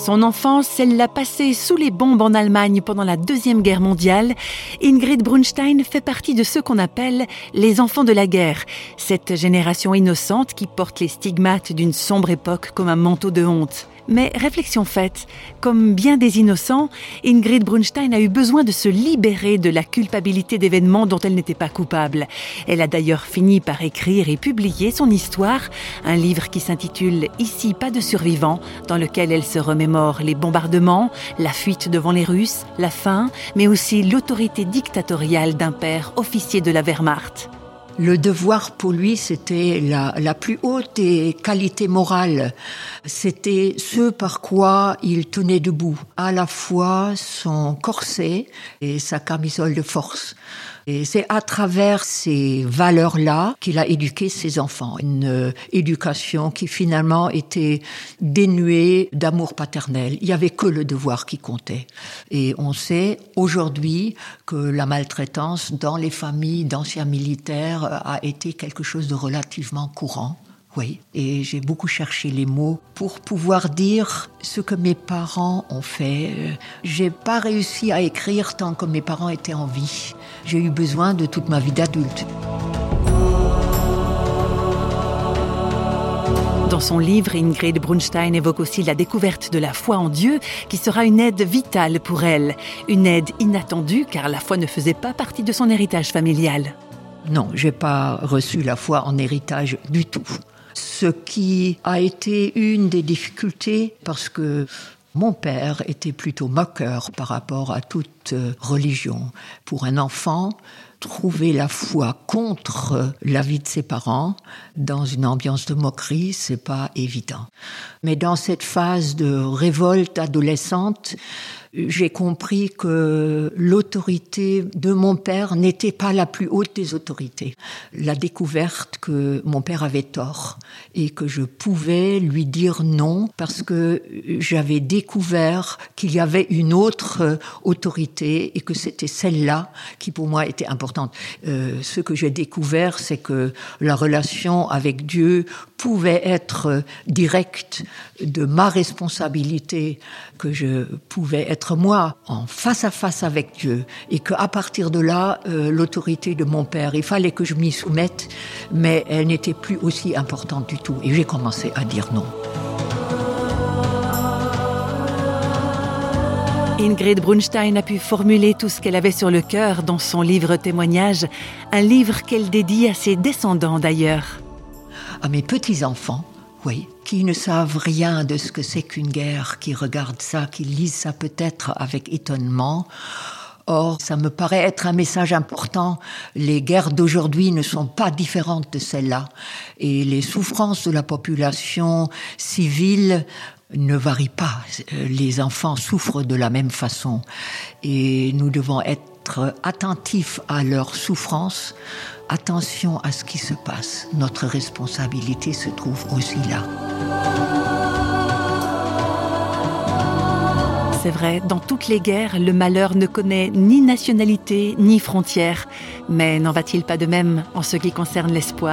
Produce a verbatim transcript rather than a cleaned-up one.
Son enfance, elle l'a passée sous les bombes en Allemagne pendant la Deuxième Guerre mondiale. Ingrid Brunstein fait partie de ceux qu'on appelle les enfants de la guerre. Cette génération innocente qui porte les stigmates d'une sombre époque comme un manteau de honte. Mais réflexion faite, comme bien des innocents, Ingrid Brunstein a eu besoin de se libérer de la culpabilité d'événements dont elle n'était pas coupable. Elle a d'ailleurs fini par écrire et publier son histoire, un livre qui s'intitule « Ici, pas de survivants », dans lequel elle se remémore les bombardements, la fuite devant les Russes, la faim, mais aussi l'autorité dictatoriale d'un père officier de la Wehrmacht. Le devoir pour lui, c'était la, la plus haute des qualités morales. C'était ce par quoi il tenait debout, à la fois son corset et sa camisole de force. Et c'est à travers ces valeurs-là qu'il a éduqué ses enfants. Une euh, éducation qui finalement était dénuée d'amour paternel. Il n'y avait que le devoir qui comptait. Et on sait aujourd'hui que la maltraitance dans les familles d'anciens militaires a été quelque chose de relativement courant. Oui, et j'ai beaucoup cherché les mots pour pouvoir dire ce que mes parents ont fait. J'ai pas réussi à écrire tant que mes parents étaient en vie. J'ai eu besoin de toute ma vie d'adulte. Dans son livre, Ingrid Brunstein évoque aussi la découverte de la foi en Dieu, qui sera une aide vitale pour elle. Une aide inattendue, car la foi ne faisait pas partie de son héritage familial. Non, j'ai pas reçu la foi en héritage du tout. Ce qui a été une des difficultés, parce que mon père était plutôt moqueur par rapport à toute religion. Pour un enfant, trouver la foi contre la vie de ses parents dans une ambiance de moquerie, c'est pas évident. Mais dans cette phase de révolte adolescente, j'ai compris que l'autorité de mon père n'était pas la plus haute des autorités. La découverte que mon père avait tort et que je pouvais lui dire non parce que j'avais découvert qu'il y avait une autre autorité et que c'était celle-là qui pour moi était importante. Euh, ce que j'ai découvert, c'est que la relation avec Dieu pouvait être directe de ma responsabilité, que je pouvais être moi en face à face avec Dieu et qu'à partir de là, euh, l'autorité de mon père, il fallait que je m'y soumette, mais elle n'était plus aussi importante du tout. Et j'ai commencé à dire non. Ingrid Brunstein a pu formuler tout ce qu'elle avait sur le cœur dans son livre témoignage, un livre qu'elle dédie à ses descendants d'ailleurs. À mes petits-enfants, oui, qui ne savent rien de ce que c'est qu'une guerre, qui regardent ça, qui lisent ça peut-être avec étonnement. Or, ça me paraît être un message important. Les guerres d'aujourd'hui ne sont pas différentes de celles-là. Et les souffrances de la population civile ne varient pas. Les enfants souffrent de la même façon. Et nous devons être attentifs à leurs souffrances. Attention à ce qui se passe. Notre responsabilité se trouve aussi là. C'est vrai, dans toutes les guerres, le malheur ne connaît ni nationalité ni frontières. Mais n'en va-t-il pas de même en ce qui concerne l'espoir ?